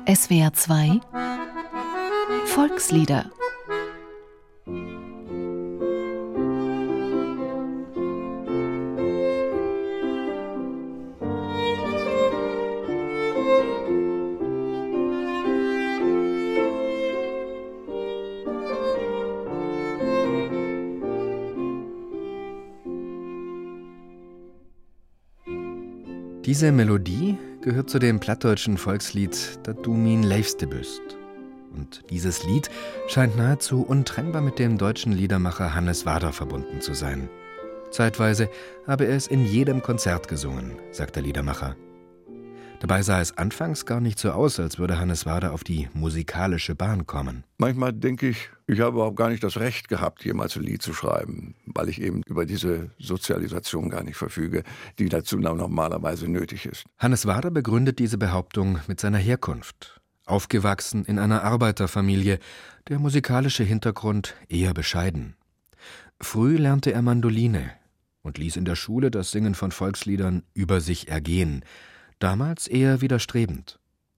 SWR 2 Volkslieder. Diese Melodie gehört zu dem plattdeutschen Volkslied Dat du min leefste büst. Und dieses Lied scheint nahezu untrennbar mit dem deutschen Liedermacher Hannes Wader verbunden zu sein. Zeitweise habe er es in jedem Konzert gesungen, sagt der Liedermacher. Dabei sah es anfangs gar nicht so aus, als würde Hannes Wader auf die musikalische Bahn kommen. Manchmal denke ich, ich habe überhaupt gar nicht das Recht gehabt, jemals ein Lied zu schreiben, weil ich eben über diese Sozialisation gar nicht verfüge, die dazu normalerweise nötig ist. Hannes Wader begründet diese Behauptung mit seiner Herkunft. Aufgewachsen in einer Arbeiterfamilie, der musikalische Hintergrund eher bescheiden. Früh lernte er Mandoline und ließ in der Schule das Singen von Volksliedern über sich ergehen, damals eher widerstrebend.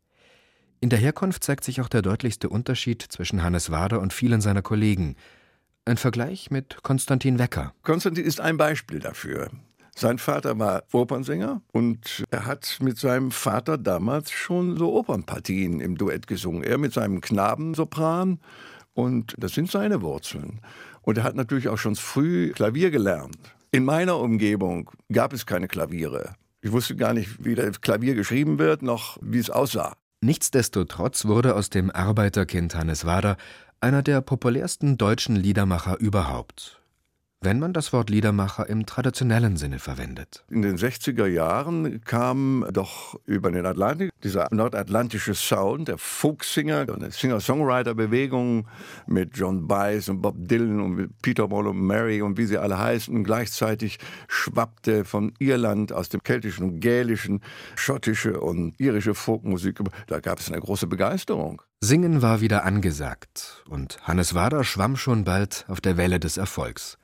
In der Herkunft zeigt sich auch der deutlichste Unterschied zwischen Hannes Wader und vielen seiner Kollegen. Ein Vergleich mit Konstantin Wecker. Konstantin ist ein Beispiel dafür. Sein Vater war Opernsänger und er hat mit seinem Vater damals schon so Opernpartien im Duett gesungen. Er mit seinem Knabensopran, und das sind seine Wurzeln. Und er hat natürlich auch schon früh Klavier gelernt. In meiner Umgebung gab es keine Klaviere. Ich wusste gar nicht, wie das Klavier geschrieben wird, noch wie es aussah. Nichtsdestotrotz wurde aus dem Arbeiterkind Hannes Wader einer der populärsten deutschen Liedermacher überhaupt. Wenn man das Wort Liedermacher im traditionellen Sinne verwendet. In den 60er Jahren kam doch über den Atlantik dieser nordatlantische Sound, der Folksinger, eine Singer-Songwriter-Bewegung mit John Baez und Bob Dylan und mit Peter Paul und Mary und wie sie alle heißen. Und gleichzeitig schwappte von Irland aus dem keltischen und gälischen, schottische und irische Folkmusik. Da gab es eine große Begeisterung. Singen war wieder angesagt und Hannes Wader schwamm schon bald auf der Welle des Erfolgs.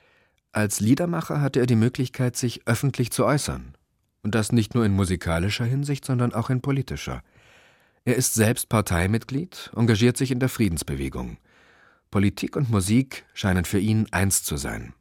Als Liedermacher hatte er die Möglichkeit, sich öffentlich zu äußern. Und das nicht nur in musikalischer Hinsicht, sondern auch in politischer. Er ist selbst Parteimitglied, engagiert sich in der Friedensbewegung. Politik und Musik scheinen für ihn eins zu sein.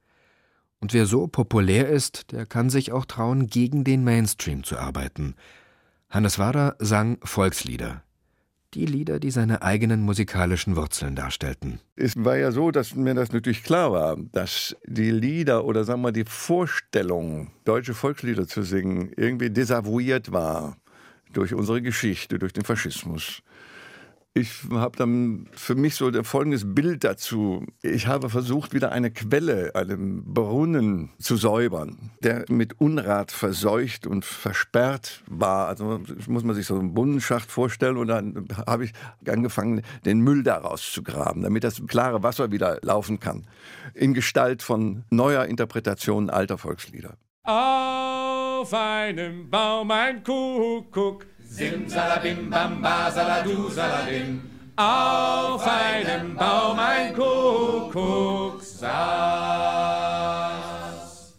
Und wer so populär ist, der kann sich auch trauen, gegen den Mainstream zu arbeiten. Hannes Wader sang Volkslieder. Die Lieder, die seine eigenen musikalischen Wurzeln darstellten. Es war ja so, dass mir das natürlich klar war, dass die Lieder oder sagen wir die Vorstellung, deutsche Volkslieder zu singen, irgendwie desavouiert war durch unsere Geschichte, durch den Faschismus. Ich habe dann für mich so folgendes Bild dazu. Ich habe versucht, wieder eine Quelle, einen Brunnen zu säubern, der mit Unrat verseucht und versperrt war. Also muss man sich so einen Brunnenschacht vorstellen, und dann habe ich angefangen, den Müll da rauszugraben, damit das klare Wasser wieder laufen kann. In Gestalt von neuer Interpretation alter Volkslieder. Auf einem Baum ein Kuckuck, Simsalabim, Bamba, Saladu, Salabim. Auf einem Baum ein Kuckuck saß.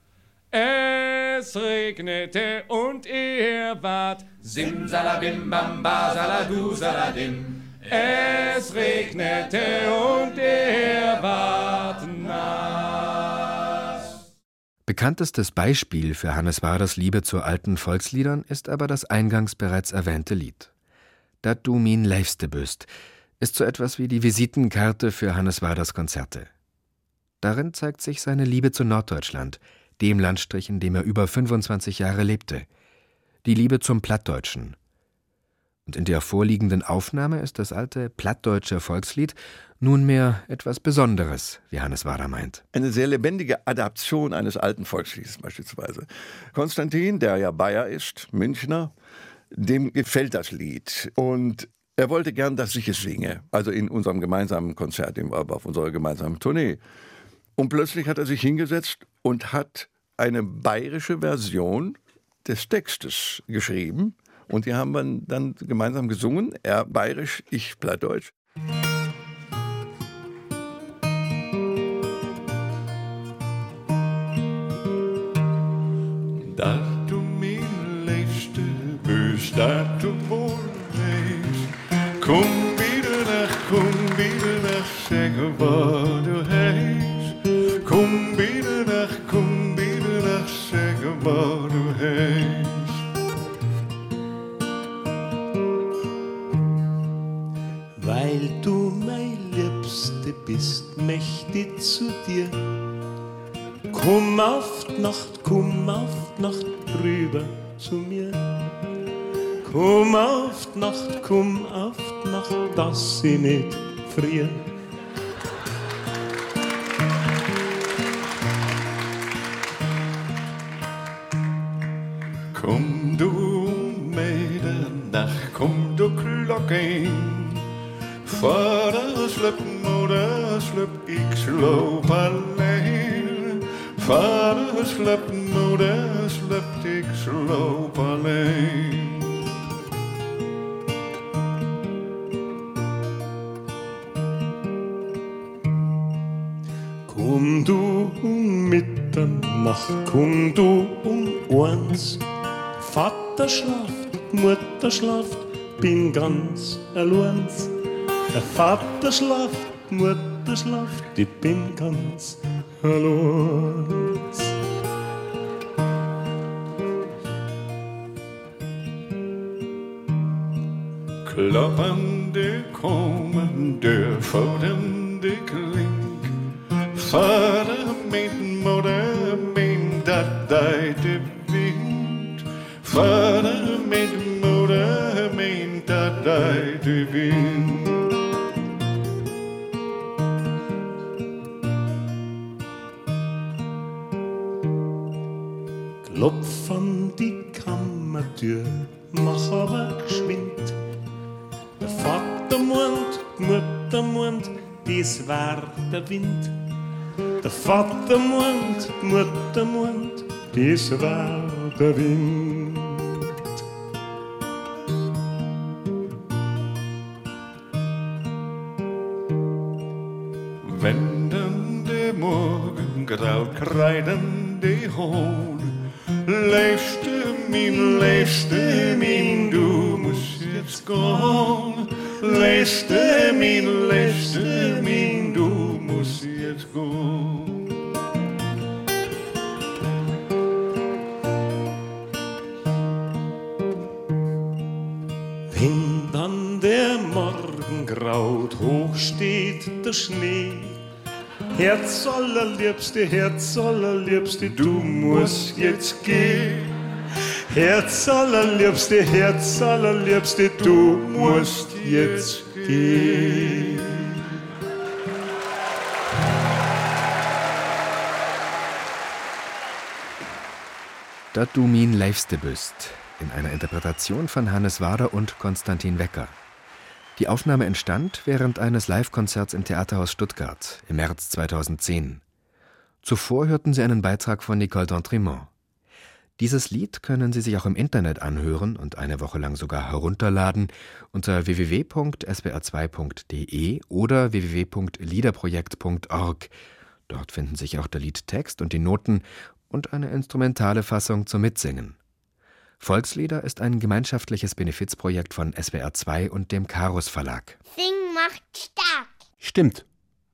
Es regnete und er ward Simsalabim, Bamba, Saladu, Saladim. Es regnete und er ward nass. Bekanntestes Beispiel für Hannes Waders Liebe zu alten Volksliedern ist aber das eingangs bereits erwähnte Lied. Dat du min leefste büst ist so etwas wie die Visitenkarte für Hannes Waders Konzerte. Darin zeigt sich seine Liebe zu Norddeutschland, dem Landstrich, in dem er über 25 Jahre lebte. Die Liebe zum Plattdeutschen. Und in der vorliegenden Aufnahme ist das alte plattdeutsche Volkslied nunmehr etwas Besonderes, wie Hannes Wader meint. Eine sehr lebendige Adaption eines alten Volksliedes beispielsweise. Konstantin, der ja Bayer ist, Münchner, dem gefällt das Lied. Und er wollte gern, dass ich es singe. Also in unserem gemeinsamen Konzert, auf unserer gemeinsamen Tournee. Und plötzlich hat er sich hingesetzt und hat eine bayerische Version des Textes geschrieben. Und die haben wir dann gemeinsam gesungen. Er bayerisch, ich plattdeutsch. Dat du min leefste bus, dat du wohl Kom wieder nach, zeggen wat du heist. Kom wieder nach, zeggen wat du heist. Weil du mein Liebste bist, möchte ich zu dir. Komm auf die Nacht rüber zu mir. Komm auf die Nacht, dass ich nicht frier. Kom du Middernacht, kom du klokken. Vader slip, moeder slip, ik sloop alleen. Vader slip, moeder slip, ik sloop alleen. Komm du Mitternacht, komm du eins. Vater schlaft, Mutter schlaft, bin ganz allein. Der Vater schlaft, Mutter schlaft, ich bin ganz allein. Klappende, kommende, foutende klink. Vader meent, moeder meent, dat de wind. Vader meent, moeder meent, dat de wind. Klopf an die Kammertür, mach aber geschwind. Der Vater meint, Mutter meint, dies war der Wind. Der Vater meint, Mutter meint, dies war der Wind. Wendende Morgengrau, kreidende Hohn. Leefste min, du musst jetzt gehen. Leefste min, du musst jetzt gehen. Wenn dann der Morgen graut, hoch steht der Schnee. Herz allerliebste, du musst jetzt gehen. Herz allerliebste, du musst jetzt gehen. Dat du min Leifste büst, in einer Interpretation von Hannes Wader und Konstantin Wecker. Die Aufnahme entstand während eines Live-Konzerts im Theaterhaus Stuttgart im März 2010. Zuvor hörten Sie einen Beitrag von Nicole d'Entremont. Dieses Lied können Sie sich auch im Internet anhören und eine Woche lang sogar herunterladen unter www.sbr2.de oder www.liederprojekt.org. Dort finden sich auch der Liedtext und die Noten und eine instrumentale Fassung zum Mitsingen. Volkslieder ist ein gemeinschaftliches Benefizprojekt von SWR2 und dem Karus Verlag. Sing macht stark. Stimmt.